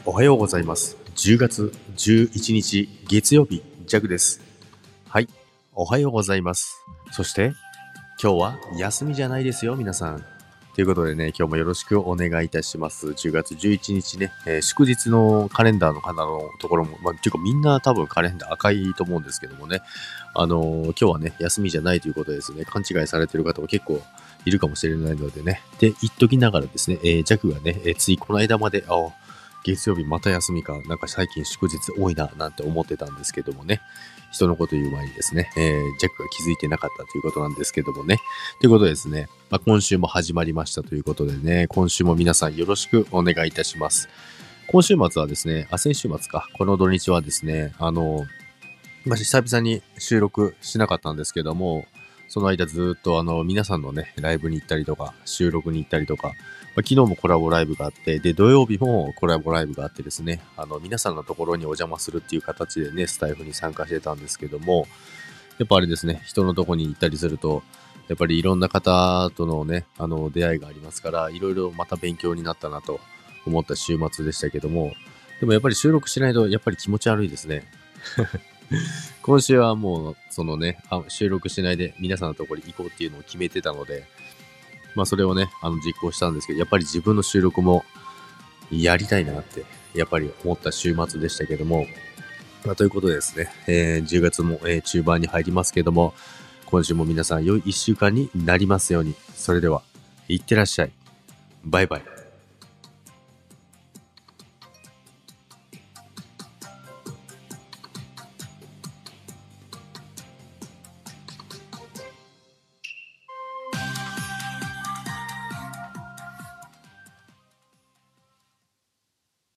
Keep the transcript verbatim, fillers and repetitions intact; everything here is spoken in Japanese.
おはようございます。じゅうがつじゅういちにち月曜日、ジャグです。はい、おはようございます。そして、今日は休みじゃないですよ、皆さん。ということでね、今日もよろしくお願いいたします。じゅうがつじゅういちにちね、えー祝日のカレンダーの方のところも、まあ、ていうかみんな多分カレンダー赤いと思うんですけどもね、あのー今日はね、休みじゃないということですね、勘違いされてる方も結構いるかもしれないのでね、で、言っときながらですね、えー、ジャグがね、えーついこの間まで、あ、月曜日また休みか、なんか最近祝日多いな、なんて思ってたんですけどもね、人のこと言う前にですね、えー、ジャックが気づいてなかったということなんですけどもね。ということでですね、まあ、今週も始まりましたということでね、今週も皆さんよろしくお願いいたします。今週末はですね、あ、先週末か、この土日はですね、あの、まあ、久々に収録しなかったんですけども、その間ずっとあの、皆さんのね、ライブに行ったりとか、収録に行ったりとか、まあ、昨日もコラボライブがあって、で、土曜日もコラボライブがあってですね、あの、皆さんのところにお邪魔するっていう形でね、スタイフに参加してたんですけども、やっぱあれですね、人のとこに行ったりすると、やっぱりいろんな方とのね、あの、出会いがありますから、いろいろまた勉強になったなと思った週末でしたけども、でもやっぱり収録しないと、やっぱり気持ち悪いですね。今週はもう、そのね、あ収録しないで皆さんのところに行こうっていうのを決めてたので、まあそれをね、あの実行したんですけど、やっぱり自分の収録もやりたいなって、やっぱり思った週末でしたけども、まあということでですね、えーじゅうがつも、えー中盤に入りますけども、今週も皆さん良いいっしゅうかんになりますように。それでは、いってらっしゃい。バイバイ。